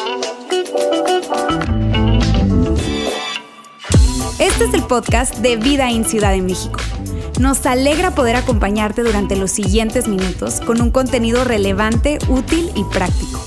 Este es el podcast de Vida en Ciudad de México. Nos alegra poder acompañarte durante los siguientes minutos con un contenido relevante, útil y práctico.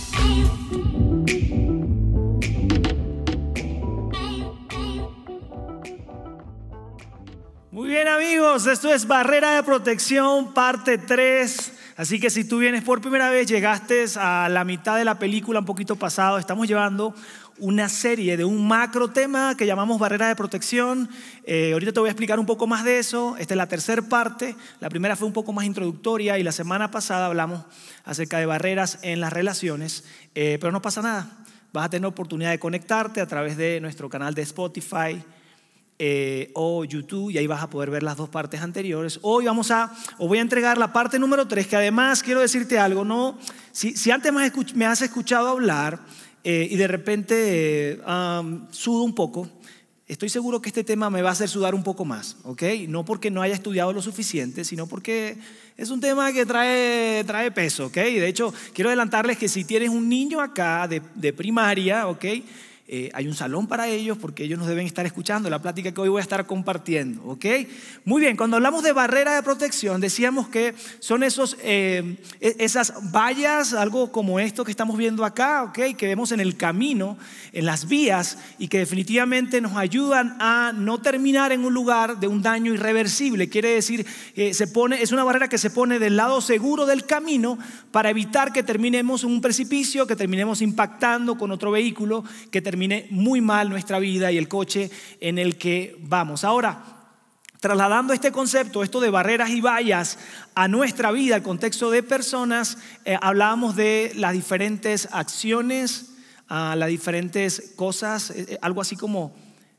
Muy bien, amigos, esto es Barrera de Protección, parte 3. Así que si tú vienes por primera vez, llegaste a la mitad de la película, un poquito pasado. Estamos llevando una serie de un macro tema que llamamos Barrera de Protección. Ahorita te voy a explicar un poco más de eso. Esta es la tercera parte. La primera fue un poco más introductoria y la semana pasada hablamos acerca de barreras en las relaciones. Pero no pasa nada. Vas a tener oportunidad de conectarte a través de nuestro canal de Spotify o YouTube, y ahí vas a poder ver las dos partes anteriores. Hoy voy a entregar la parte número 3, que además quiero decirte algo, ¿no? Si antes me has escuchado hablar y de repente sudo un poco, estoy seguro que este tema me va a hacer sudar un poco más, ¿ok? No porque no haya estudiado lo suficiente, sino porque es un tema que trae peso, ¿ok? De hecho, quiero adelantarles que si tienes un niño acá de primaria, ¿ok? Hay un salón para ellos porque ellos nos deben estar escuchando la plática que hoy voy a estar compartiendo, ¿ok? Muy bien, cuando hablamos de barrera de protección decíamos que son esas vallas, algo como esto que estamos viendo acá, ¿ok? Que vemos en el camino, en las vías, y que definitivamente nos ayudan a no terminar en un lugar de un daño irreversible. Quiere decir que es una barrera que se pone del lado seguro del camino para evitar que terminemos en un precipicio, que terminemos impactando con otro vehículo, que termine muy mal nuestra vida y el coche en el que vamos. Ahora, trasladando este concepto, esto de barreras y vallas a nuestra vida, al contexto de personas, hablábamos de las diferentes acciones, las diferentes cosas, algo así como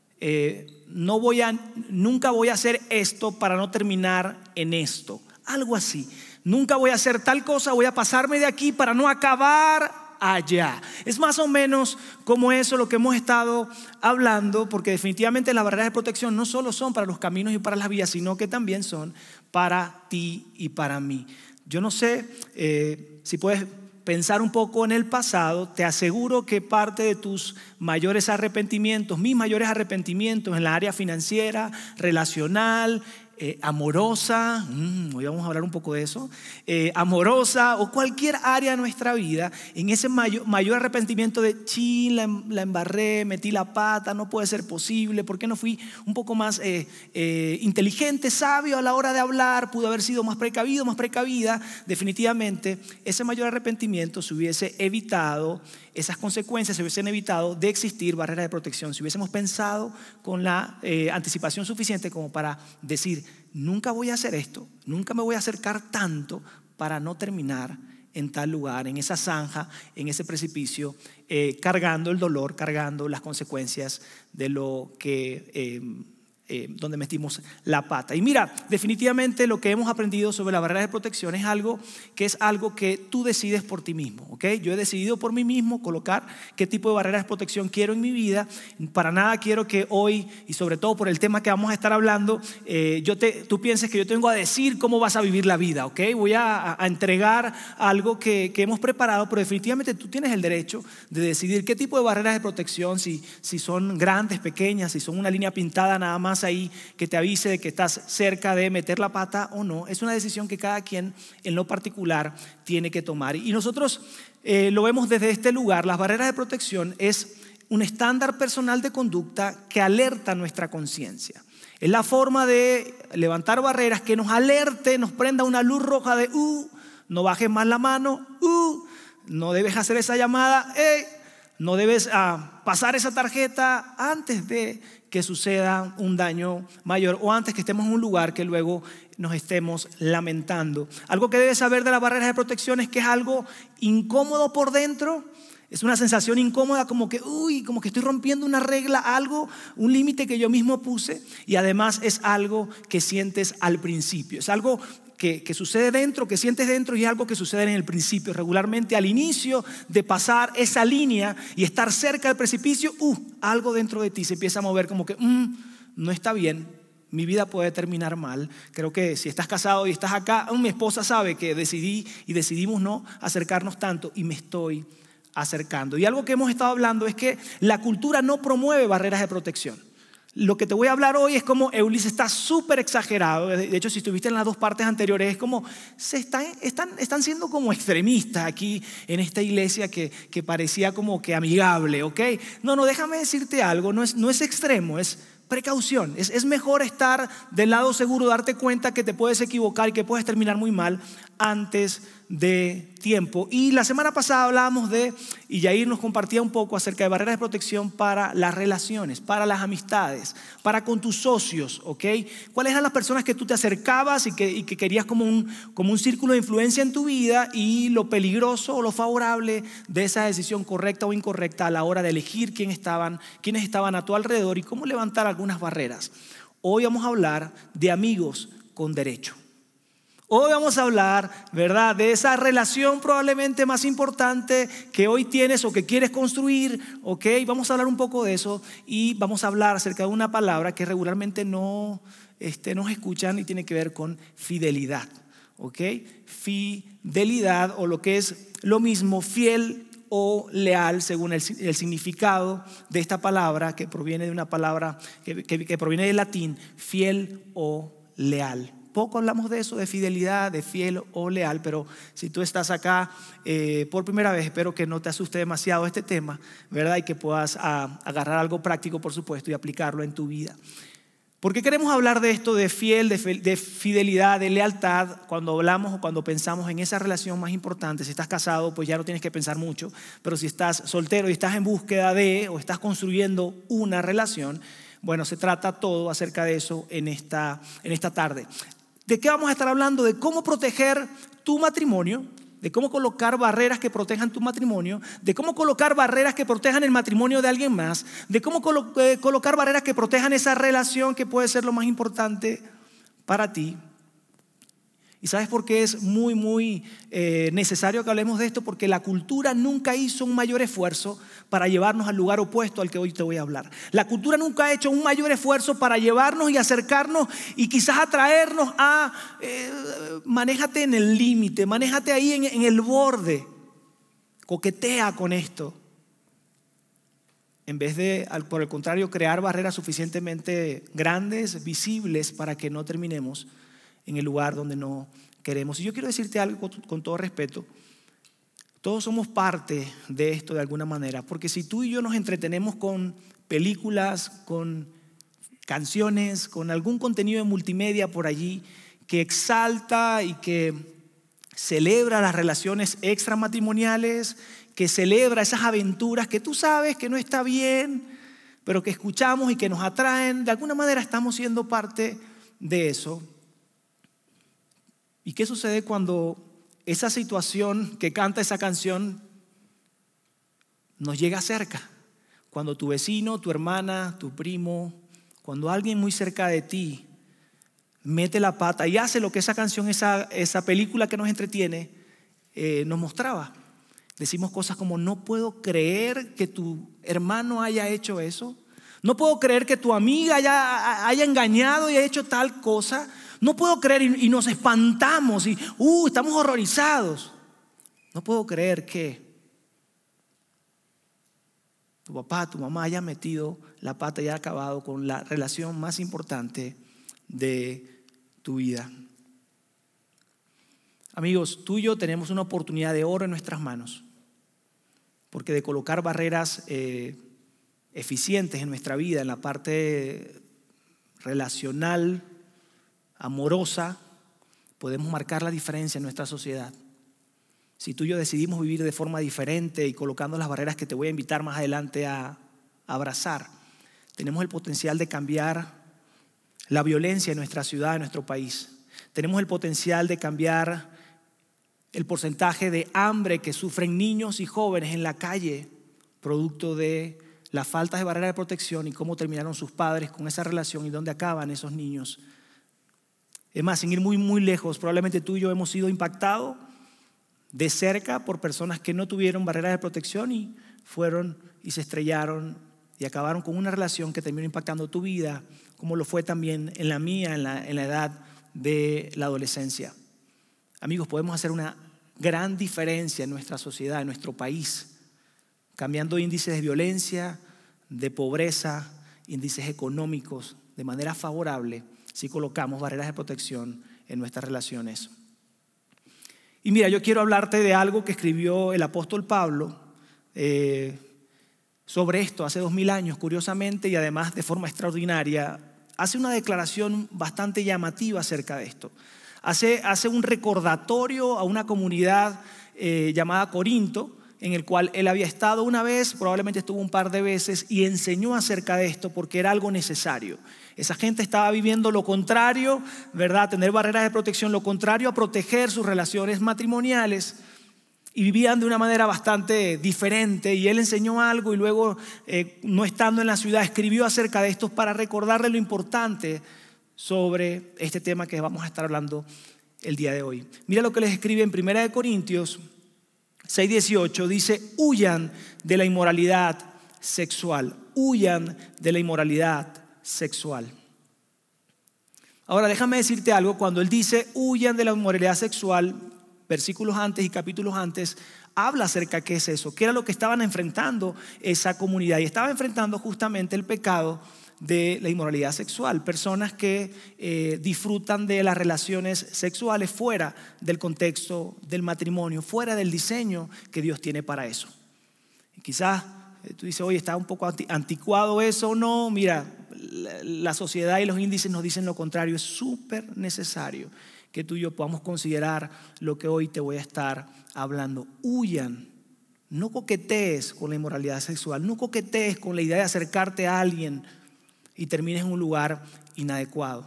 nunca voy a hacer esto para no terminar en esto, algo así. Nunca voy a hacer tal cosa, voy a pasarme de aquí para no acabar allá. Es más o menos como eso lo que hemos estado hablando, porque definitivamente las barreras de protección no solo son para los caminos y para las vías, sino que también son para ti y para mí. Yo no sé si puedes pensar un poco en el pasado. Te aseguro que parte de tus mayores arrepentimientos, mis mayores arrepentimientos en la área financiera, relacional, amorosa, hoy vamos a hablar un poco de eso, amorosa o cualquier área de nuestra vida, en ese mayor arrepentimiento de la embarré, metí la pata, no puede ser posible, ¿por qué no fui un poco más inteligente, sabio a la hora de hablar? Pude haber sido más precavido, más precavida. Definitivamente ese mayor arrepentimiento se hubiese evitado, esas consecuencias se hubiesen evitado de existir barreras de protección, si hubiésemos pensado con la anticipación suficiente como para decir: nunca voy a hacer esto, nunca me voy a acercar tanto para no terminar en tal lugar, en esa zanja, en ese precipicio, cargando el dolor, cargando las consecuencias de lo que donde metimos la pata. Y mira, definitivamente lo que hemos aprendido sobre la barrera de protección es algo que tú decides por ti mismo, ¿ok? Yo he decidido por mí mismo colocar qué tipo de barreras de protección quiero en mi vida. Para nada quiero que hoy, y sobre todo por el tema que vamos a estar hablando, tú pienses que yo tengo a decir cómo vas a vivir la vida, ¿ok? Voy a entregar algo que hemos preparado, pero definitivamente tú tienes el derecho de decidir qué tipo de barreras de protección, si son grandes, pequeñas, si son una línea pintada nada más ahí que te avise de que estás cerca de meter la pata o no. Es una decisión que cada quien en lo particular tiene que tomar, y nosotros lo vemos desde este lugar. Las barreras de protección es un estándar personal de conducta que alerta nuestra conciencia. Es la forma de levantar barreras que nos alerte, nos prenda una luz roja de no bajes más la mano, no debes hacer esa llamada, no debes pasar esa tarjeta antes de que suceda un daño mayor o antes que estemos en un lugar que luego nos estemos lamentando. Algo que debes saber de las barreras de protección es que es algo incómodo por dentro. Es una sensación incómoda, como que estoy rompiendo una regla, un límite que yo mismo puse, y además es algo que sientes al principio. Es algo que sucede dentro, que sientes dentro, y algo que sucede en el principio. Regularmente al inicio de pasar esa línea y estar cerca del precipicio, algo dentro de ti se empieza a mover como que no está bien, mi vida puede terminar mal. Creo que si estás casado y estás acá, mi esposa sabe que decidimos no acercarnos tanto y me estoy acercando. Y algo que hemos estado hablando es que la cultura no promueve barreras de protección. Lo que te voy a hablar hoy es como Ulises está súper exagerado. De hecho, si estuviste en las dos partes anteriores, es como están siendo como extremistas aquí en esta iglesia que parecía como que amigable, ¿ok? No, déjame decirte algo, no es extremo, es precaución. Es mejor estar del lado seguro, darte cuenta que te puedes equivocar y que puedes terminar muy mal antes de tiempo. Y la semana pasada hablábamos y Yair nos compartía un poco acerca de barreras de protección para las relaciones, para las amistades, para con tus socios, ¿ok? ¿Cuáles eran las personas que tú te acercabas y que querías como un círculo de influencia en tu vida, y lo peligroso o lo favorable de esa decisión correcta o incorrecta a la hora de elegir quiénes estaban a tu alrededor y cómo levantar algunas barreras? Hoy vamos a hablar de amigos con derecho. Hoy vamos a hablar, ¿verdad?, de esa relación probablemente más importante que hoy tienes o que quieres construir, ¿ok? Vamos a hablar un poco de eso y vamos a hablar acerca de una palabra que regularmente no nos escuchan y tiene que ver con fidelidad, ¿ok? Fidelidad, o lo que es lo mismo, fiel o leal, según el significado de esta palabra, que proviene de una palabra que proviene del latín, fiel o leal. Poco hablamos de eso, de fidelidad, de fiel o leal, pero si tú estás acá por primera vez, espero que no te asuste demasiado este tema, ¿verdad? Y que puedas agarrar algo práctico, por supuesto, y aplicarlo en tu vida. ¿Por qué queremos hablar de esto, de fidelidad, de lealtad, cuando hablamos o cuando pensamos en esa relación más importante? Si estás casado, pues ya no tienes que pensar mucho, pero si estás soltero y estás en búsqueda o estás construyendo una relación, bueno, se trata todo acerca de eso en esta tarde. ¿De qué vamos a estar hablando? De cómo proteger tu matrimonio, de cómo colocar barreras que protejan tu matrimonio, de cómo colocar barreras que protejan el matrimonio de alguien más, de cómo colocar barreras que protejan esa relación que puede ser lo más importante para ti. ¿Y sabes por qué es muy necesario que hablemos de esto? Porque la cultura nunca hizo un mayor esfuerzo para llevarnos al lugar opuesto al que hoy te voy a hablar. La cultura nunca ha hecho un mayor esfuerzo para llevarnos y acercarnos y quizás atraernos a manéjate en el límite, manéjate ahí en el borde, coquetea con esto. En vez de, por el contrario, crear barreras suficientemente grandes, visibles, para que no terminemos en el lugar donde no queremos. Y yo quiero decirte algo con todo respeto. Todos somos parte de esto de alguna manera, porque si tú y yo nos entretenemos con películas, con canciones, con algún contenido de multimedia por allí que exalta y que celebra las relaciones extramatrimoniales, que celebra esas aventuras que tú sabes que no está bien, pero que escuchamos y que nos atraen, de alguna manera estamos siendo parte de eso. ¿Y qué sucede cuando esa situación que canta esa canción nos llega cerca? Cuando tu vecino, tu hermana, tu primo, cuando alguien muy cerca de ti mete la pata y hace lo que esa canción, esa película que nos entretiene, nos mostraba. Decimos cosas como: no puedo creer que tu hermano haya hecho eso. No puedo creer que tu amiga haya engañado y haya hecho tal cosa. No puedo creer, y nos espantamos y estamos horrorizados. No puedo creer que tu papá, tu mamá haya metido la pata y haya acabado con la relación más importante de tu vida. Amigos, tú y yo tenemos una oportunidad de oro en nuestras manos, porque de colocar barreras eficientes en nuestra vida, en la parte relacional, amorosa, podemos marcar la diferencia en nuestra sociedad. Si tú y yo decidimos vivir de forma diferente y colocando las barreras que te voy a invitar más adelante a abrazar, tenemos el potencial de cambiar la violencia en nuestra ciudad, en nuestro país. Tenemos el potencial de cambiar el porcentaje de hambre que sufren niños y jóvenes en la calle, producto de la falta de barrera de protección y cómo terminaron sus padres con esa relación y dónde acaban esos niños. Es más, sin ir muy lejos, probablemente tú y yo hemos sido impactados de cerca por personas que no tuvieron barreras de protección y fueron y se estrellaron y acabaron con una relación que terminó impactando tu vida, como lo fue también en la mía, en la edad de la adolescencia. Amigos, podemos hacer una gran diferencia en nuestra sociedad, en nuestro país, cambiando índices de violencia, de pobreza, índices económicos de manera favorable si colocamos barreras de protección en nuestras relaciones. Y mira, yo quiero hablarte de algo que escribió el apóstol Pablo sobre esto hace 2000 años, curiosamente, y además de forma extraordinaria. Hace una declaración bastante llamativa acerca de esto. Hace un recordatorio a una comunidad llamada Corinto, en el cual él había estado una vez, probablemente estuvo un par de veces, y enseñó acerca de esto porque era algo necesario. Esa gente estaba viviendo lo contrario, ¿verdad? Tener barreras de protección, lo contrario a proteger sus relaciones matrimoniales, y vivían de una manera bastante diferente. Y él enseñó algo y luego, no estando en la ciudad, escribió acerca de esto para recordarle lo importante sobre este tema que vamos a estar hablando el día de hoy. Mira lo que les escribe en 1 Corintios 6:18, dice: huyan de la inmoralidad sexual. Huyan de la inmoralidad sexual. Ahora déjame decirte algo. Cuando él dice huyan de la inmoralidad sexual, versículos antes y capítulos antes, habla acerca de qué es eso, qué era lo que estaban enfrentando esa comunidad. Y estaba enfrentando justamente el pecado de la inmoralidad sexual. Personas que disfrutan de las relaciones sexuales fuera del contexto del matrimonio, fuera del diseño que Dios tiene para eso. Y quizás tú dices: oye, está un poco anticuado eso o no. Mira, la sociedad y los índices nos dicen lo contrario. Es súper necesario que tú y yo podamos considerar lo que hoy te voy a estar hablando. Huyan. No coquetees con la inmoralidad sexual. No coquetees con la idea de acercarte a alguien y termines en un lugar inadecuado.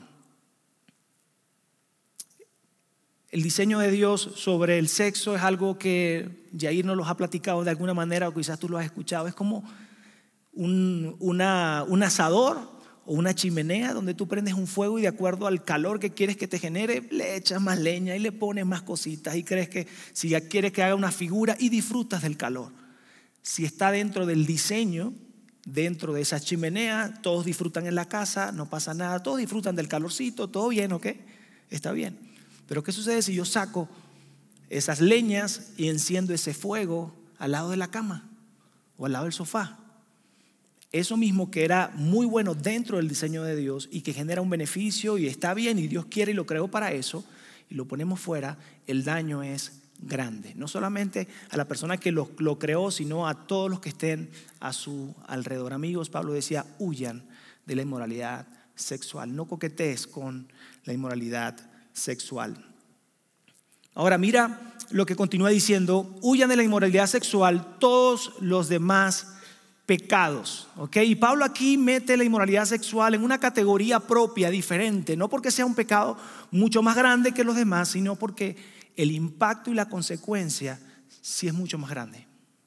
El diseño de Dios sobre el sexo es algo que Yair nos lo ha platicado de alguna manera, o quizás tú lo has escuchado. Es como un asador o una chimenea donde tú prendes un fuego y de acuerdo al calor que quieres que te genere, le echas más leña y le pones más cositas y crees que si ya quieres que haga una figura y disfrutas del calor. Si está dentro del diseño, dentro de esa chimenea, todos disfrutan en la casa, no pasa nada, todos disfrutan del calorcito, todo bien, ¿ok? Está bien. Pero ¿qué sucede si yo saco esas leñas y enciendo ese fuego al lado de la cama o al lado del sofá? Eso mismo que era muy bueno dentro del diseño de Dios y que genera un beneficio y está bien y Dios quiere y lo creó para eso, y lo ponemos fuera, el daño es grande. No solamente a la persona que lo creó, sino a todos los que estén a su alrededor. Amigos, Pablo decía: huyan de la inmoralidad sexual. No coquetees con la inmoralidad sexual. Ahora mira lo que continúa diciendo: huyan de la inmoralidad sexual todos los demás pecados, ¿ok? Y Pablo aquí mete la inmoralidad sexual en una categoría propia, diferente, no porque sea un pecado mucho más grande que los demás, sino porque el impacto y la consecuencia sí es mucho más grande.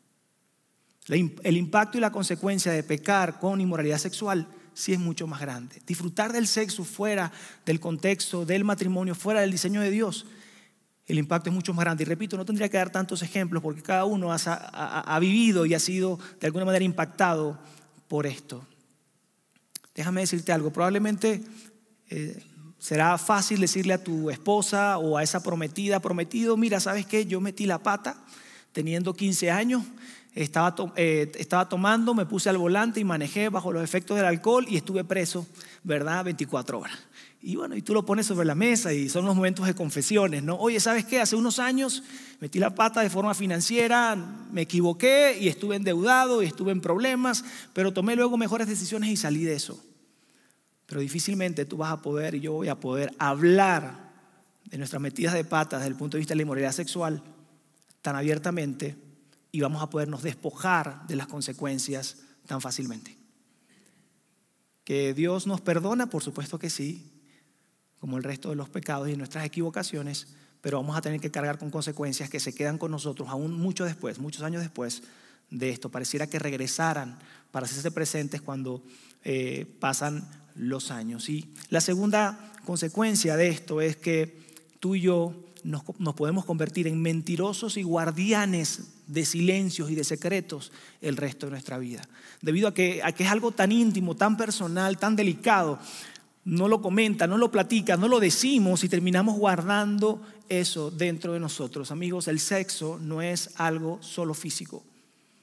El impacto y la consecuencia de pecar con inmoralidad sexual sí es mucho más grande. Disfrutar del sexo fuera del contexto del matrimonio, fuera del diseño de Dios, el impacto es mucho más grande. Y repito, no tendría que dar tantos ejemplos porque cada uno ha vivido y ha sido de alguna manera impactado por esto. Déjame decirte algo. Probablemente será fácil decirle a tu esposa o a esa prometido: mira, ¿sabes qué? Yo metí la pata teniendo 15 años. Estaba tomando, me puse al volante y manejé bajo los efectos del alcohol y estuve preso, ¿verdad? 24 horas. Y bueno, y tú lo pones sobre la mesa y son los momentos de confesiones, ¿no? Oye, ¿sabes qué? Hace unos años metí la pata de forma financiera, me equivoqué y estuve endeudado y estuve en problemas, pero tomé luego mejores decisiones y salí de eso. Pero difícilmente tú vas a poder y yo voy a poder hablar de nuestras metidas de patas desde el punto de vista de la inmoralidad sexual tan abiertamente y vamos a podernos despojar de las consecuencias tan fácilmente. ¿Que Dios nos perdona? Por supuesto que sí, como el resto de los pecados y nuestras equivocaciones, pero vamos a tener que cargar con consecuencias que se quedan con nosotros aún muchos años después de esto. Pareciera que regresaran para hacerse presentes cuando pasan los años. Y la segunda consecuencia de esto es que tú y yo nos podemos convertir en mentirosos y guardianes de silencios y de secretos el resto de nuestra vida. Debido a que es algo tan íntimo, tan personal, tan delicado, no lo comenta, no lo platica, no lo decimos y terminamos guardando eso dentro de nosotros. Amigos, el sexo no es algo solo físico.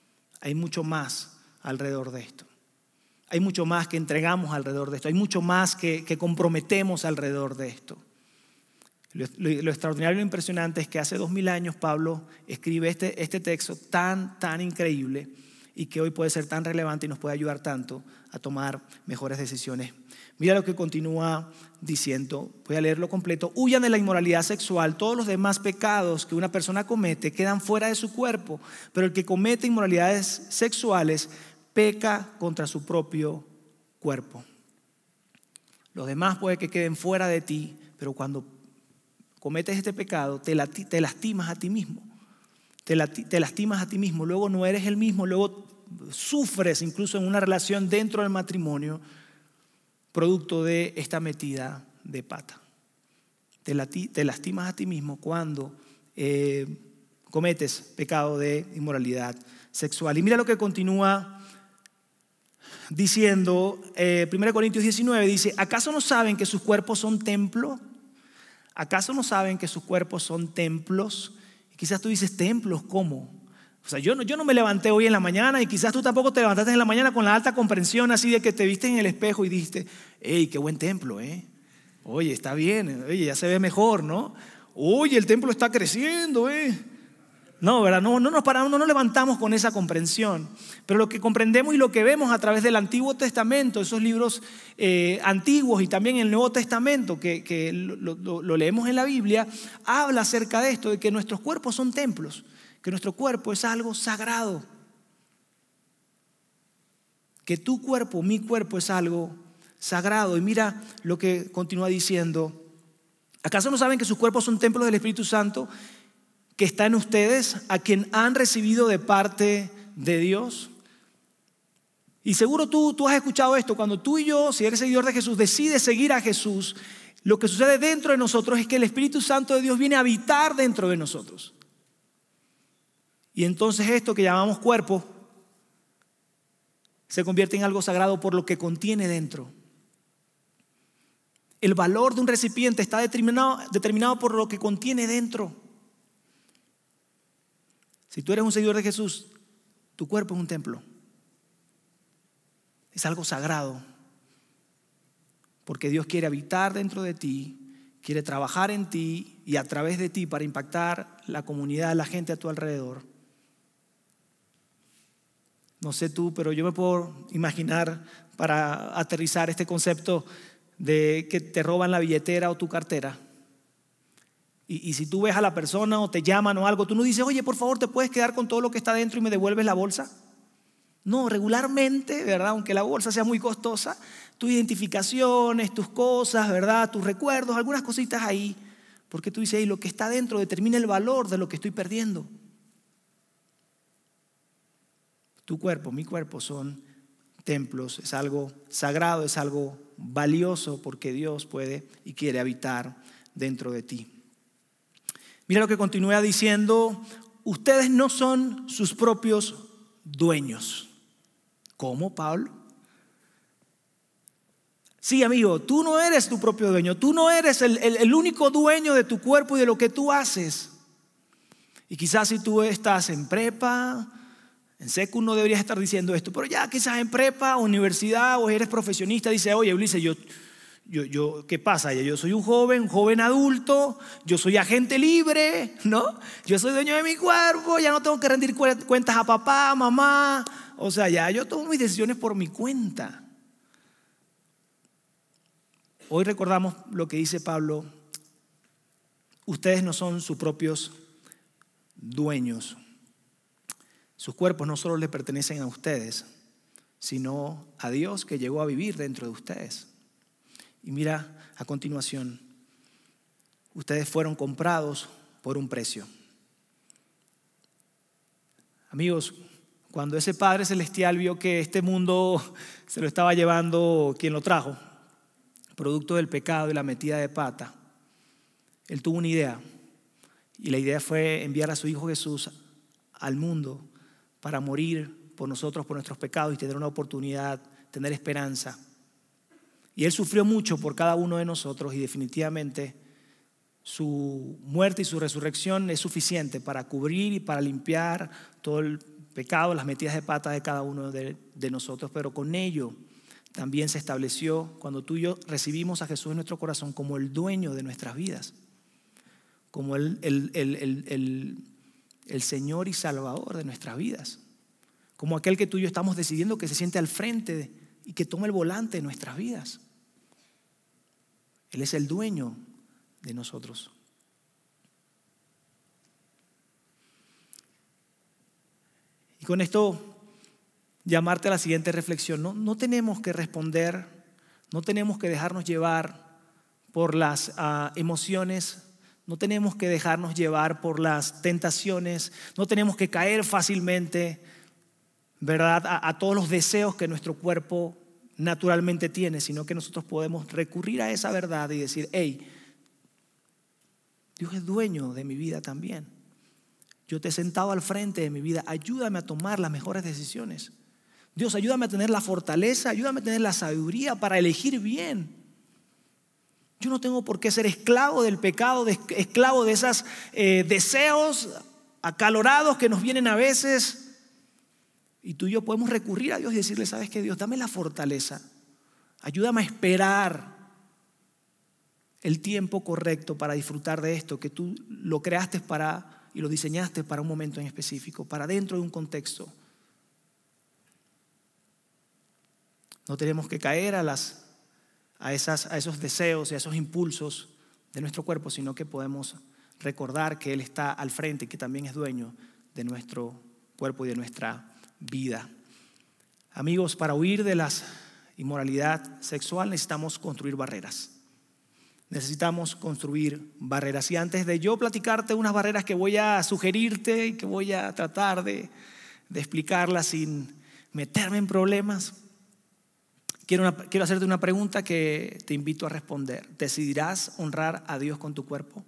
hay mucho más alrededor de esto. Hay mucho más que entregamos alrededor de esto. Hay mucho más que comprometemos alrededor de esto. Lo extraordinario y lo impresionante es que hace 2000 años Pablo escribe este texto tan increíble y que hoy puede ser tan relevante y nos puede ayudar tanto a tomar mejores decisiones. Mira lo que continúa diciendo, voy a leerlo completo. Huyan de la inmoralidad sexual. Todos los demás pecados que una persona comete quedan fuera de su cuerpo, pero el que comete inmoralidades sexuales peca contra su propio cuerpo. Los demás puede que queden fuera de ti, pero cuando cometes este pecado te lastimas a ti mismo. Te lastimas a ti mismo, luego no eres el mismo, luego sufres incluso en una relación dentro del matrimonio producto de esta metida de pata. Te lastimas a ti mismo cuando cometes pecado de inmoralidad sexual. Y mira lo que continúa diciendo 1 Corintios 19, dice: ¿acaso no saben que sus cuerpos son templo? ¿Acaso no saben que sus cuerpos son templos? Y quizás tú dices, ¿templos cómo? O sea, yo no me levanté hoy en la mañana y quizás tú tampoco te levantaste en la mañana con la alta comprensión así de que te viste en el espejo y dijiste, ¡ey, qué buen templo, Oye, está bien, oye, ya se ve mejor, ¿no? Oye, el templo está creciendo, No, ¿verdad? No nos levantamos con esa comprensión. Pero lo que comprendemos y lo que vemos a través del Antiguo Testamento, esos libros antiguos y también el Nuevo Testamento que lo leemos en la Biblia, habla acerca de esto, de que nuestros cuerpos son templos, que nuestro cuerpo es algo sagrado. Que tu cuerpo, mi cuerpo es algo sagrado. Y mira lo que continúa diciendo. ¿Acaso no saben que sus cuerpos son templos del Espíritu Santo que está en ustedes, a quien han recibido de parte de Dios? Y seguro tú has escuchado esto. Cuando tú y yo, si eres seguidor de Jesús, decides seguir a Jesús, lo que sucede dentro de nosotros es que el Espíritu Santo de Dios viene a habitar dentro de nosotros. Y entonces esto que llamamos cuerpo se convierte en algo sagrado por lo que contiene dentro. El valor de un recipiente está determinado por lo que contiene dentro. Si tú eres un seguidor de Jesús, tu cuerpo es un templo. Es algo sagrado. Porque Dios quiere habitar dentro de ti, quiere trabajar en ti y a través de ti para impactar la comunidad, la gente a tu alrededor. No sé tú, pero yo me puedo imaginar para aterrizar este concepto de que te roban la billetera o tu cartera. Y si tú ves a la persona o te llaman o algo, tú no dices, oye, por favor, ¿te puedes quedar con todo lo que está dentro y me devuelves la bolsa? No, regularmente, ¿verdad? Aunque la bolsa sea muy costosa, tus identificaciones, tus cosas, ¿verdad? Tus recuerdos, algunas cositas ahí. Porque tú dices, lo que está dentro determina el valor de lo que estoy perdiendo. Tu cuerpo, mi cuerpo son templos, es algo sagrado, es algo valioso porque Dios puede y quiere habitar dentro de ti. Mira lo que continúa diciendo, ustedes no son sus propios dueños. ¿Cómo, Pablo? Sí, amigo, tú no eres tu propio dueño, tú no eres el único dueño de tu cuerpo y de lo que tú haces. Y quizás si tú estás en prepa, en secu no deberías estar diciendo esto, pero ya quizás en prepa, universidad o eres profesionista, dice, oye, Ulises, yo, ¿qué pasa? Yo soy un joven adulto, yo soy agente libre, ¿no? Yo soy dueño de mi cuerpo, ya no tengo que rendir cuentas a papá, mamá, o sea, ya yo tomo mis decisiones por mi cuenta. Hoy recordamos lo que dice Pablo, ustedes no son sus propios dueños. Sus cuerpos no solo le pertenecen a ustedes, sino a Dios que llegó a vivir dentro de ustedes. Y mira a continuación, ustedes fueron comprados por un precio. Amigos, cuando ese Padre Celestial vio que este mundo se lo estaba llevando quien lo trajo, producto del pecado y la metida de pata, Él tuvo una idea. Y la idea fue enviar a su Hijo Jesús al mundo para morir por nosotros, por nuestros pecados y tener una oportunidad, tener esperanza. Y Él sufrió mucho por cada uno de nosotros y definitivamente su muerte y su resurrección es suficiente para cubrir y para limpiar todo el pecado, las metidas de pata de cada uno de nosotros, pero con ello también se estableció cuando tú y yo recibimos a Jesús en nuestro corazón como el dueño de nuestras vidas, como el Señor y Salvador de nuestras vidas, como aquel que tú y yo estamos decidiendo que se siente al frente y que toma el volante de nuestras vidas. Él es el dueño de nosotros. Y con esto llamarte a la siguiente reflexión. No tenemos que responder, no tenemos que dejarnos llevar por las emociones, no tenemos que dejarnos llevar por las tentaciones, no tenemos que caer fácilmente, ¿verdad?, a todos los deseos que nuestro cuerpo naturalmente tiene, sino que nosotros podemos recurrir a esa verdad y decir: hey, Dios es dueño de mi vida también. Yo te he sentado al frente de mi vida, ayúdame a tomar las mejores decisiones. Dios, ayúdame a tener la fortaleza, ayúdame a tener la sabiduría para elegir bien. Yo no tengo por qué ser esclavo del pecado, esclavo de esos deseos acalorados que nos vienen a veces. Y tú y yo podemos recurrir a Dios y decirle: ¿sabes qué, Dios? Dame la fortaleza, ayúdame a esperar el tiempo correcto para disfrutar de esto, que tú lo creaste y lo diseñaste para un momento en específico, para dentro de un contexto. No tenemos que caer a esos deseos y a esos impulsos de nuestro cuerpo, sino que podemos recordar que Él está al frente y que también es dueño de nuestro cuerpo y de nuestra vida. Amigos, para huir de la inmoralidad sexual necesitamos construir barreras. Necesitamos construir barreras. Y antes de yo platicarte unas barreras que voy a sugerirte y que voy a tratar de explicarlas sin meterme en problemas, quiero hacerte una pregunta que te invito a responder. ¿Decidirás honrar a Dios con tu cuerpo?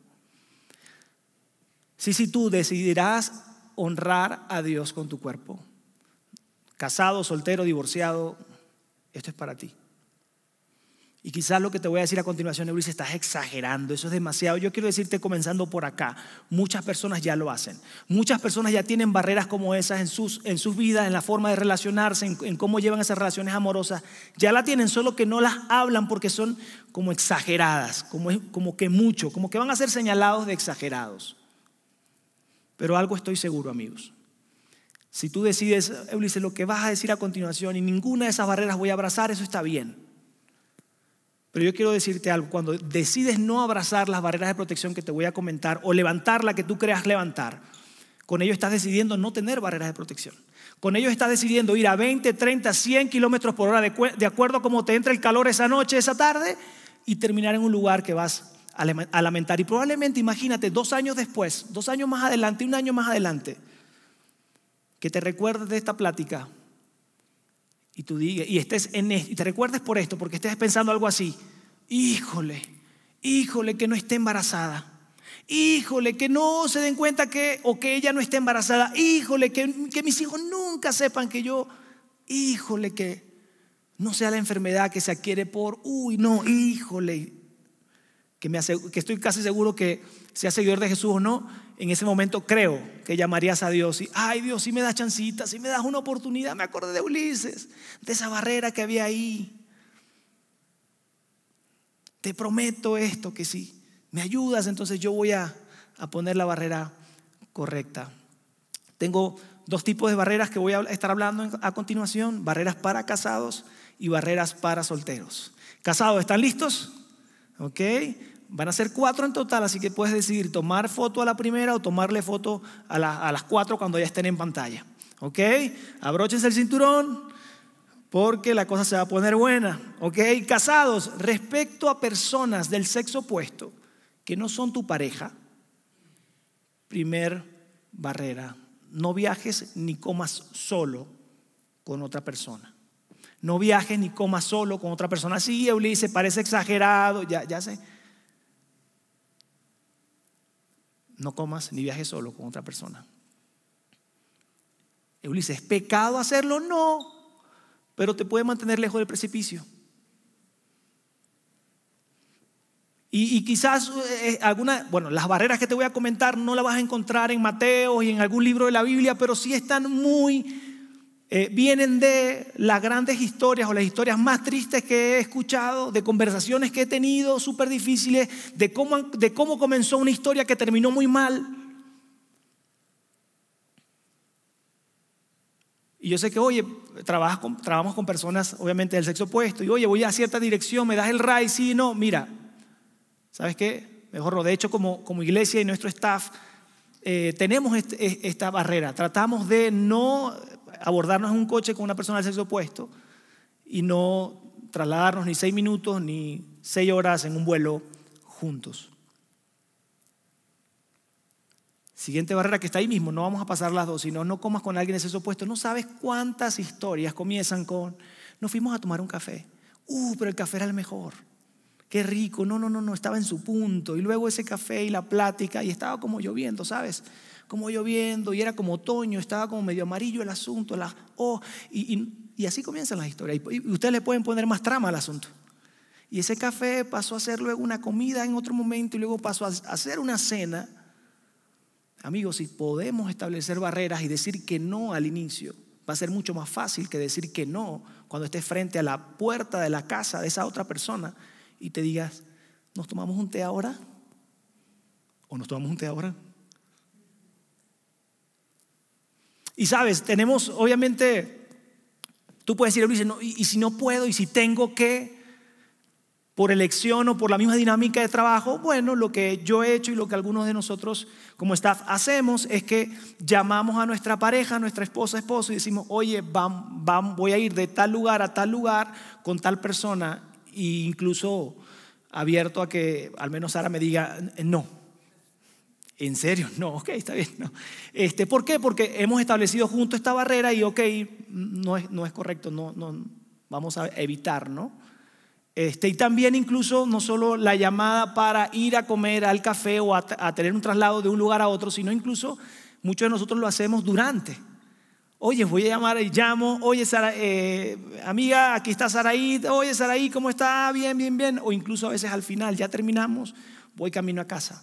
Sí, tú decidirás honrar a Dios con tu cuerpo. Casado, soltero, divorciado, esto es para ti. Y quizás lo que te voy a decir a continuación, Ulises, estás exagerando, eso es demasiado. Yo quiero decirte, comenzando por acá, muchas personas ya lo hacen. Muchas personas ya tienen barreras como esas en sus vidas, en la forma de relacionarse, en cómo llevan esas relaciones amorosas. Ya la tienen, solo que no las hablan porque son como exageradas, como que van a ser señalados de exagerados. Pero algo estoy seguro, amigos. Si tú decides, Ulises, lo que vas a decir a continuación y ninguna de esas barreras voy a abrazar, eso está bien. Pero yo quiero decirte algo: cuando decides no abrazar las barreras de protección que te voy a comentar o levantar la que tú creas levantar, con ello estás decidiendo no tener barreras de protección. Con ello estás decidiendo ir a 20, 30, 100 kilómetros por hora de acuerdo a cómo te entra el calor esa noche, esa tarde, y terminar en un lugar que vas a lamentar. Y probablemente, imagínate, 2 años después, 2 años más adelante, 1 año más adelante, que te recuerdes de esta plática y tú digas, y te recuerdes por esto, porque estés pensando algo así: híjole, que no esté embarazada, híjole, que no se den cuenta que ella no esté embarazada, híjole, que mis hijos nunca sepan que yo, híjole, que no sea la enfermedad que se adquiere híjole, que estoy casi seguro que sea seguidor de Jesús o no, en ese momento creo que llamarías a Dios y: ay, Dios, si me das chancita, si me das una oportunidad. Me acordé de Ulises, de esa barrera que había ahí. Te prometo esto, que si me ayudas, entonces yo voy a poner la barrera correcta. Tengo 2 tipos de barreras que voy a estar hablando a continuación: barreras para casados y barreras para solteros. Casados, ¿están listos? Ok. Van a ser 4 en total, así que puedes decidir tomar foto a la primera o tomarle foto a las 4 cuando ya estén en pantalla. ¿Ok? Abróchense el cinturón porque la cosa se va a poner buena. ¿Ok? Casados, respecto a personas del sexo opuesto que no son tu pareja, primer barrera: no viajes ni comas solo con otra persona. No viajes ni comas solo con otra persona. Sí, Ulises, parece exagerado, ya sé. No comas ni viajes solo con otra persona. Ulises, ¿es pecado hacerlo? No, pero te puede mantener lejos del precipicio. Y quizás las barreras que te voy a comentar no las vas a encontrar en Mateo y en algún libro de la Biblia, pero sí están vienen de las grandes historias o las historias más tristes que he escuchado, de conversaciones que he tenido súper difíciles, de cómo comenzó una historia que terminó muy mal. Y yo sé que, oye, trabajamos con personas obviamente del sexo opuesto y oye, voy a cierta dirección, me das el RAI, sí, no, mira, ¿sabes qué? Mejor no. De hecho, como iglesia y nuestro staff tenemos esta barrera. Tratamos de no abordarnos en un coche con una persona del sexo opuesto y no trasladarnos ni 6 minutos ni 6 horas en un vuelo juntos. Siguiente barrera que está ahí mismo, no vamos a pasar las dos, sino no comas con alguien del sexo opuesto. No sabes cuántas historias comienzan con: nos fuimos a tomar un café, pero el café era el mejor, qué rico, no, estaba en su punto. Y luego ese café y la plática, y estaba como lloviendo, ¿sabes? Como lloviendo, y era como otoño, estaba como medio amarillo el asunto, y así comienzan las historias. Y ustedes le pueden poner más trama al asunto. Y ese café pasó a ser luego una comida en otro momento, y luego pasó a ser una cena. Amigos, si podemos establecer barreras y decir que no al inicio, va a ser mucho más fácil que decir que no cuando estés frente a la puerta de la casa de esa otra persona y te digas: ¿nos tomamos un té ahora? ¿O nos tomamos un té ahora? Y sabes, tenemos obviamente, tú puedes decir, Luis, no, y si no puedo, y si tengo que, por elección o por la misma dinámica de trabajo. Bueno, lo que yo he hecho y lo que algunos de nosotros como staff hacemos es que llamamos a nuestra pareja, a nuestra esposo, y decimos: oye, voy a ir de tal lugar a tal lugar con tal persona, e incluso abierto a que al menos Sara me diga: no. ¿En serio? No, ok, está bien. No. ¿Por qué? Porque hemos establecido juntos esta barrera y ok, no es correcto, no, vamos a evitar, ¿no? Y también incluso no solo la llamada para ir a comer al café o a tener un traslado de un lugar a otro, sino incluso muchos de nosotros lo hacemos durante. Oye, voy a llamar y llamo: oye, Sara, amiga, aquí está Saraí. Oye, Saraí, ¿cómo está? Bien. O incluso a veces al final, ya terminamos, voy camino a casa.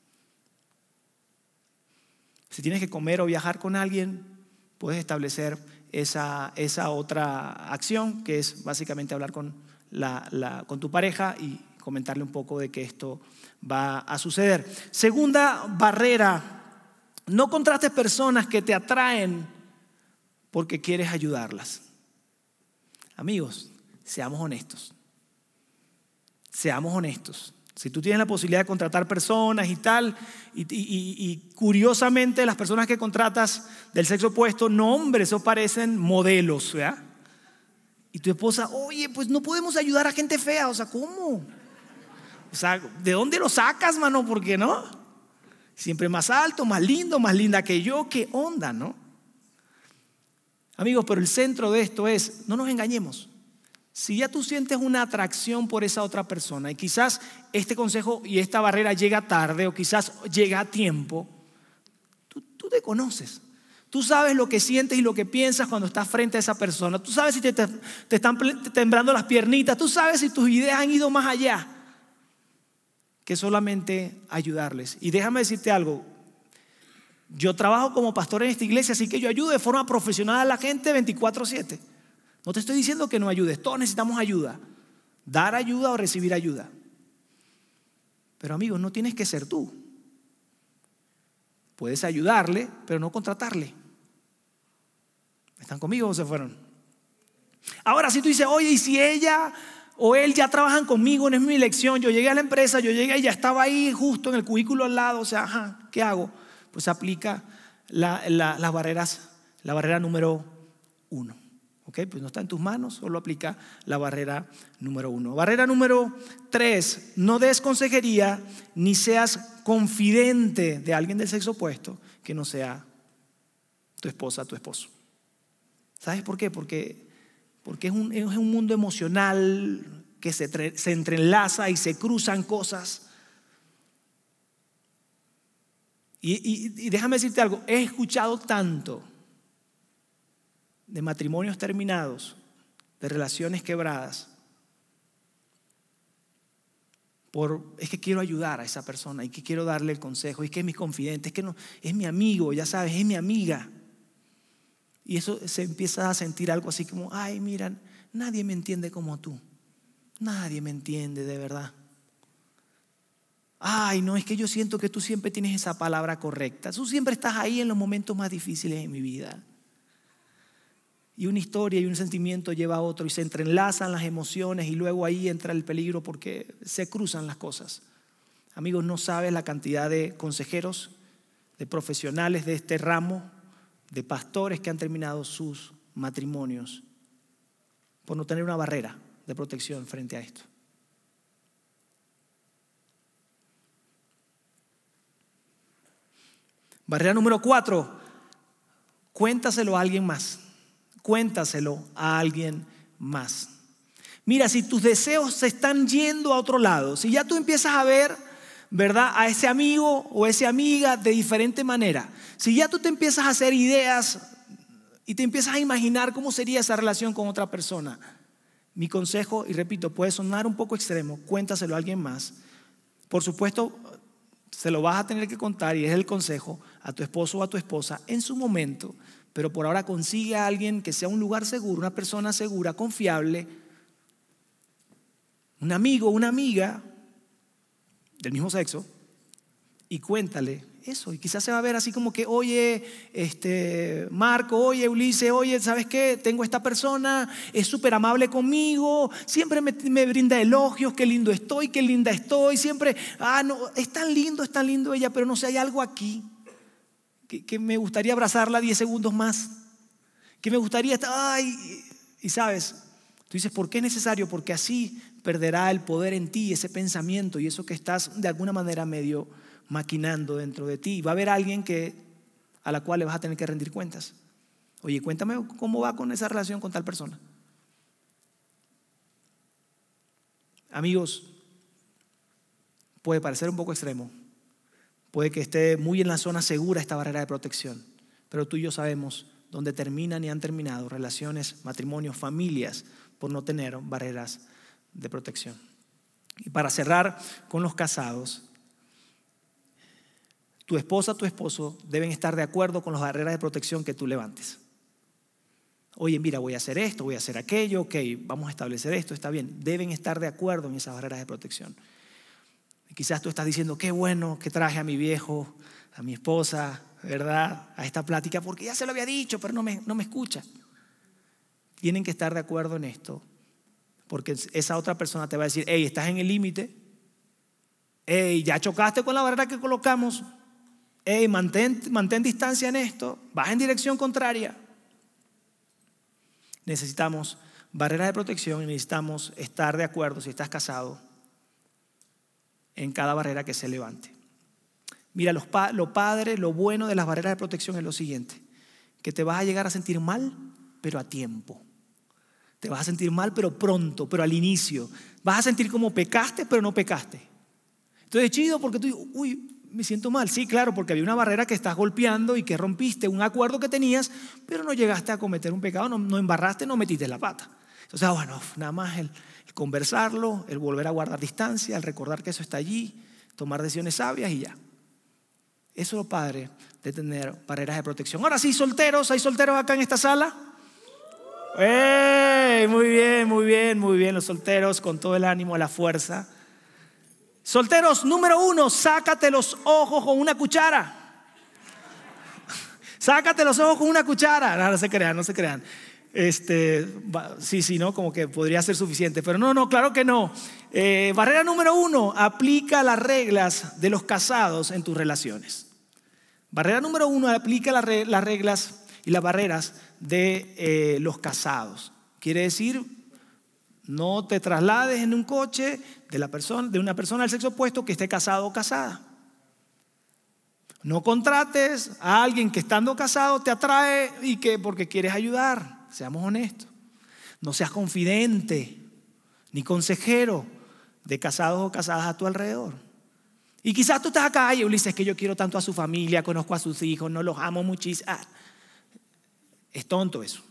Si tienes que comer o viajar con alguien, puedes establecer esa otra acción, que es básicamente hablar con tu pareja y comentarle un poco de que esto va a suceder. Segunda barrera: no contrates personas que te atraen porque quieres ayudarlas. Amigos, seamos honestos. Si tú tienes la posibilidad de contratar personas y tal, y curiosamente las personas que contratas del sexo opuesto, no, hombre, eso parecen modelos, ¿verdad? Y tu esposa: oye, pues no podemos ayudar a gente fea. O sea, ¿cómo? O sea, ¿de dónde lo sacas, mano? ¿Por qué no? Siempre más alto, más lindo, más linda que yo. ¿Qué onda, no? Amigos, pero el centro de esto es: no nos engañemos. Si ya tú sientes una atracción por esa otra persona, y quizás este consejo y esta barrera llega tarde o quizás llega a tiempo, tú te conoces. Tú sabes lo que sientes y lo que piensas cuando estás frente a esa persona. Tú sabes si te están temblando las piernitas. Tú sabes si tus ideas han ido más allá que solamente ayudarles. Y déjame decirte algo. Yo trabajo como pastor en esta iglesia, así que yo ayudo de forma profesional a la gente 24/7. No te estoy diciendo que no ayudes. Todos necesitamos ayuda. Dar ayuda o recibir ayuda. Pero amigos, no tienes que ser tú. Puedes ayudarle, pero no contratarle. ¿Están conmigo o se fueron? Ahora, si tú dices: oye, y si ella o él ya trabajan conmigo, no es mi elección, yo llegué a la empresa, yo llegué y ya estaba ahí justo en el cubículo al lado, o sea, ¿qué hago? Pues aplica las barreras, la barrera número 1. ¿Ok? Pues no está en tus manos, solo aplica la barrera número 1. Barrera número 3: no des consejería ni seas confidente de alguien del sexo opuesto que no sea tu esposa, tu esposo. ¿Sabes por qué? Porque es un mundo emocional que se entrelaza y se cruzan cosas. Y déjame decirte algo: he escuchado tanto de matrimonios terminados, de relaciones quebradas, es que quiero ayudar a esa persona y que quiero darle el consejo, y que es mi confidente, es que no, es mi amigo, ya sabes, es mi amiga. Y eso se empieza a sentir algo así como, ay, mira, nadie me entiende como tú. Nadie me entiende de verdad. Ay, no, es que yo siento que tú siempre tienes esa palabra correcta. Tú siempre estás ahí en los momentos más difíciles de mi vida. Y una historia y un sentimiento lleva a otro y se entrelazan las emociones y luego ahí entra el peligro porque se cruzan las cosas. Amigos, no sabes la cantidad de consejeros, de profesionales de este ramo, de pastores que han terminado sus matrimonios por no tener una barrera de protección frente a esto. Barrera número 4, cuéntaselo a alguien más. Cuéntaselo a alguien más. Mira, si tus deseos se están yendo a otro lado, si ya tú empiezas a ver, ¿verdad?, a ese amigo o esa amiga de diferente manera, si ya tú te empiezas a hacer ideas y te empiezas a imaginar cómo sería esa relación con otra persona, mi consejo, y repito, puede sonar un poco extremo, cuéntaselo a alguien más. Por supuesto, se lo vas a tener que contar, y es el consejo, a tu esposo o a tu esposa en su momento, pero por ahora consigue a alguien que sea un lugar seguro, una persona segura, confiable, un amigo, una amiga del mismo sexo, y cuéntale eso. Y quizás se va a ver así como que, oye, Marco, oye, Ulises, oye, ¿sabes qué? Tengo esta persona, es súper amable conmigo, siempre me brinda elogios, qué lindo estoy, qué linda estoy, siempre, no, es tan lindo ella, pero no sé, hay algo aquí que me gustaría abrazarla 10 segundos más, que me gustaría estar, y sabes, tú dices, ¿por qué es necesario? Porque así perderá el poder en ti, ese pensamiento y eso que estás de alguna manera medio maquinando dentro de ti. Va a haber alguien a la cual le vas a tener que rendir cuentas. Oye, cuéntame cómo va con esa relación con tal persona. Amigos, puede parecer un poco extremo, puede que esté muy en la zona segura esta barrera de protección, pero tú y yo sabemos dónde terminan y han terminado relaciones, matrimonios, familias, por no tener barreras de protección. Y para cerrar con los casados, tu esposa, tu esposo deben estar de acuerdo con las barreras de protección que tú levantes. Oye, mira, voy a hacer esto, voy a hacer aquello, ok, vamos a establecer esto, está bien. Deben estar de acuerdo en esas barreras de protección. Y quizás tú estás diciendo, qué bueno que traje a mi viejo, a mi esposa, ¿verdad?, a esta plática, porque ya se lo había dicho, pero no me escucha. Tienen que estar de acuerdo en esto, porque esa otra persona te va a decir, hey, estás en el límite, hey, ya chocaste con la barrera que colocamos, hey, mantén distancia en esto, vas en dirección contraria. Necesitamos barreras de protección y necesitamos estar de acuerdo, si estás casado, en cada barrera que se levante. Mira, lo bueno de las barreras de protección es lo siguiente, que te vas a llegar a sentir mal, pero a tiempo. Te vas a sentir mal, pero pronto, pero al inicio. Vas a sentir como pecaste, pero no pecaste. Entonces, chido, porque tú dices, uy, me siento mal. Sí, claro, porque había una barrera que estás golpeando y que rompiste un acuerdo que tenías, pero no llegaste a cometer un pecado, no embarraste, no metiste la pata. Entonces, bueno, nada más el conversarlo, el volver a guardar distancia, el recordar que eso está allí, tomar decisiones sabias y ya. Eso es lo padre de tener barreras de protección. Ahora sí, solteros, ¿hay solteros acá en esta sala? Muy bien, los solteros con todo el ánimo, la fuerza. Solteros, número 1, sácate los ojos con una cuchara. Sácate los ojos con una cuchara. No se crean. Sí, ¿no? Como que podría ser suficiente, pero no, claro que no. Barrera número 1, aplica las reglas de los casados en tus relaciones. Barrera número 1, aplica las reglas y las barreras de los casados. Quiere decir, no te traslades en un coche de una persona del sexo opuesto que esté casado o casada. No contrates a alguien que estando casado te atrae y que porque quieres ayudar. Seamos honestos. No seas confidente ni consejero de casados o casadas a tu alrededor. Y quizás tú estás acá, ay, Ulises, es que yo quiero tanto a su familia, conozco a sus hijos, no los amo muchísimo. Es tonto eso.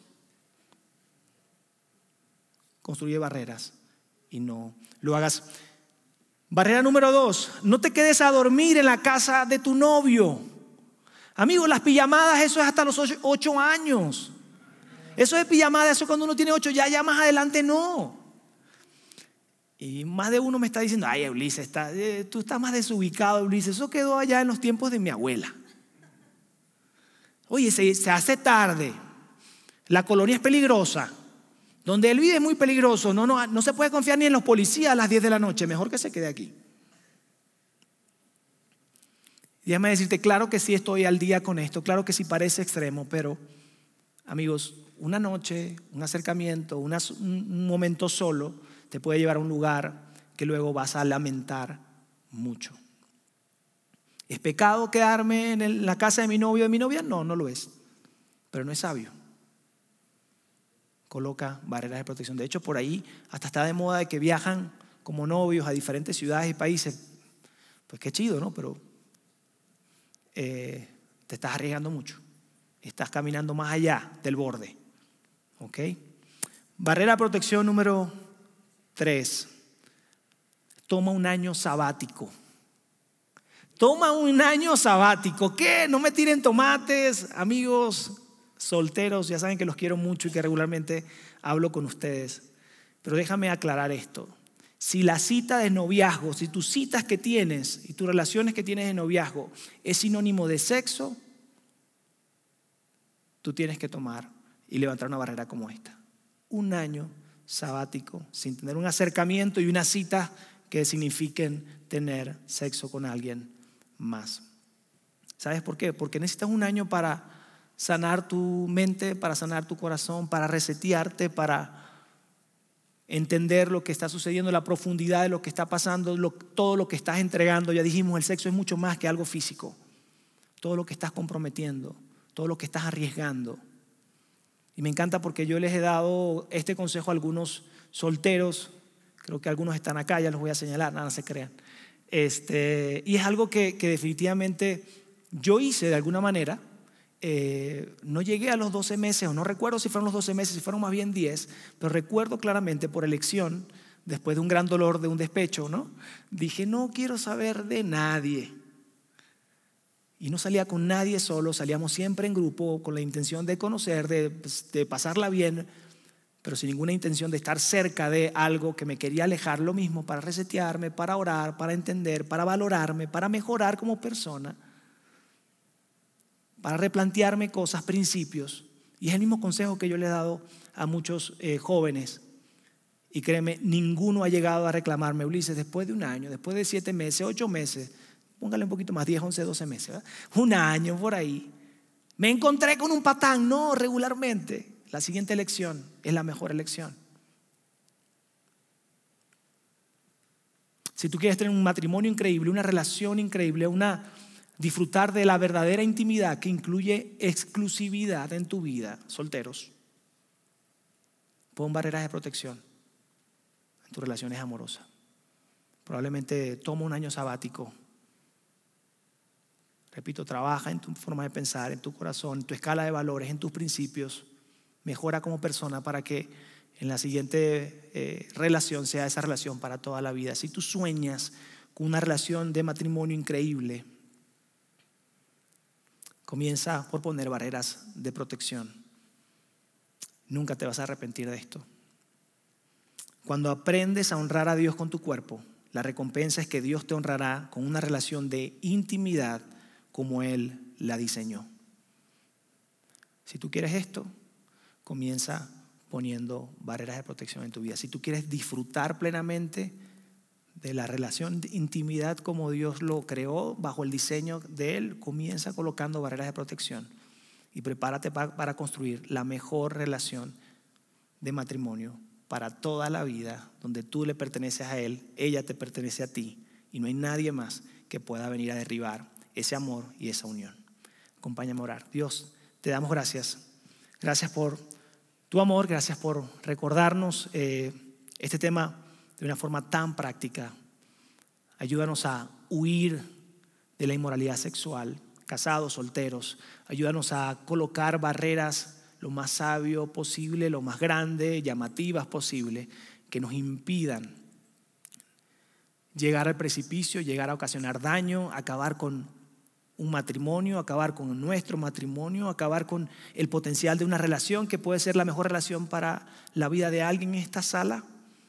Construye barreras y no lo hagas. Barrera número 2, no te quedes a dormir en la casa de tu novio. Amigos, las pijamadas, eso es hasta los 8 años. Eso de pijamada, eso cuando uno tiene 8, ya más adelante no. Y más de uno me está diciendo, ay, Ulises, tú estás más desubicado, Ulises. Eso quedó allá en los tiempos de mi abuela. Oye, se hace tarde. La colonia es peligrosa. Donde él vive es muy peligroso. No se puede confiar ni en los policías a las 10 de la noche. Mejor que se quede aquí. Y déjame decirte, claro que sí estoy al día con esto. Claro que sí parece extremo, pero amigos, una noche, un acercamiento, un momento solo te puede llevar a un lugar que luego vas a lamentar mucho. ¿Es pecado quedarme en la casa de mi novio o de mi novia? No, no lo es. Pero no es sabio. Coloca barreras de protección. De hecho, por ahí hasta está de moda de que viajan como novios a diferentes ciudades y países. Pues qué chido, ¿no? Pero te estás arriesgando mucho. Estás caminando más allá del borde. ¿Ok? Barrera de protección número 3. Toma un año sabático. Toma un año sabático. ¿Qué? No me tiren tomates, amigos solteros. Ya saben que los quiero mucho y que regularmente hablo con ustedes. Pero déjame aclarar esto. Si la cita de noviazgo, si tus citas que tienes y tus relaciones que tienes de noviazgo es sinónimo de sexo, tú tienes que tomar y levantar una barrera como esta. Un año sabático sin tener un acercamiento y una cita que signifiquen tener sexo con alguien más. ¿Sabes por qué? Porque necesitas un año para sanar tu mente, para sanar tu corazón, para resetearte, para entender lo que está sucediendo, la profundidad de lo que está pasando, todo lo que estás entregando. Ya dijimos, el sexo es mucho más que algo físico. Todo lo que estás comprometiendo, todo lo que estás arriesgando. Y me encanta porque yo les he dado este consejo a algunos solteros. Creo que algunos están acá, ya los voy a señalar, nada se crean. Y es algo que definitivamente yo hice de alguna manera. No llegué a los 12 meses, o no recuerdo si fueron los 12 meses, si fueron más bien 10, pero recuerdo claramente por elección, después de un gran dolor, de un despecho, ¿no? Dije, no quiero saber de nadie. Y no salía con nadie solo, salíamos siempre en grupo con la intención de conocer, de pasarla bien, pero sin ninguna intención de estar cerca de algo que me quería alejar. Lo mismo para resetearme, para orar, para entender, para valorarme, para mejorar como persona, para replantearme cosas, principios. Y es el mismo consejo que yo le he dado a muchos jóvenes. Y créeme, ninguno ha llegado a reclamarme, Ulises, después de un año, después de 7 meses, 8 meses, póngale un poquito más, 10, 11, 12 meses, ¿verdad? Un año por ahí. Me encontré con un patán. No, regularmente. La siguiente elección es la mejor elección. Si tú quieres tener un matrimonio increíble, una relación increíble, disfrutar de la verdadera intimidad que incluye exclusividad en tu vida, solteros, pon barreras de protección en tus relaciones amorosas. Probablemente toma un año sabático. Repito, trabaja en tu forma de pensar, en tu corazón, en tu escala de valores, en tus principios. Mejora como persona para que en la siguiente relación sea esa relación para toda la vida. Si tú sueñas con una relación de matrimonio increíble, comienza por poner barreras de protección. Nunca te vas a arrepentir de esto. Cuando aprendes a honrar a Dios con tu cuerpo, la recompensa es que Dios te honrará con una relación de intimidad como Él la diseñó. Si tú quieres esto, comienza poniendo barreras de protección en tu vida. Si tú quieres disfrutar plenamente de la relación de intimidad como Dios lo creó bajo el diseño de Él, comienza colocando barreras de protección y prepárate para construir la mejor relación de matrimonio para toda la vida, donde tú le perteneces a Él, ella te pertenece a ti y no hay nadie más que pueda venir a derribar ese amor y esa unión. Acompáñame a orar. Dios, te damos gracias. Gracias por tu amor, gracias por recordarnos este tema de una forma tan práctica. Ayúdanos a huir de la inmoralidad sexual, casados, solteros. Ayúdanos a colocar barreras lo más sabio posible, lo más grande, llamativas posible, que nos impidan llegar al precipicio, llegar a ocasionar daño, acabar con un matrimonio, acabar con nuestro matrimonio, acabar con el potencial de una relación que puede ser la mejor relación para la vida de alguien en esta sala.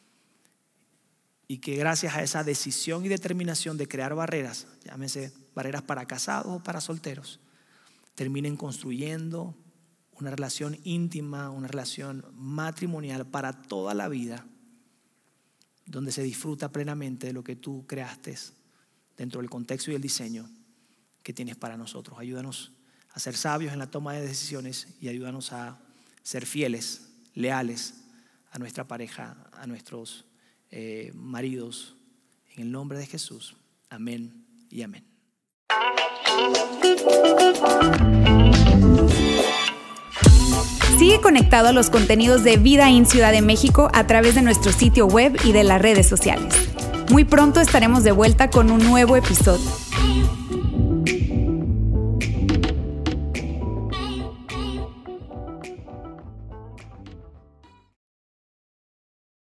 Y que gracias a esa decisión y determinación de crear barreras, llámese barreras para casados o para solteros, terminen construyendo una relación íntima, una relación matrimonial para toda la vida, donde se disfruta plenamente de lo que tú creaste dentro del contexto y el diseño que tienes para nosotros. Ayúdanos a ser sabios en la toma de decisiones y ayúdanos a ser fieles, leales a nuestra pareja, a nuestros maridos, en el nombre de Jesús. Amén y amén. Sigue conectado a los contenidos de Vida en Ciudad de México a través de nuestro sitio web y de las redes sociales. Muy pronto estaremos de vuelta con un nuevo episodio.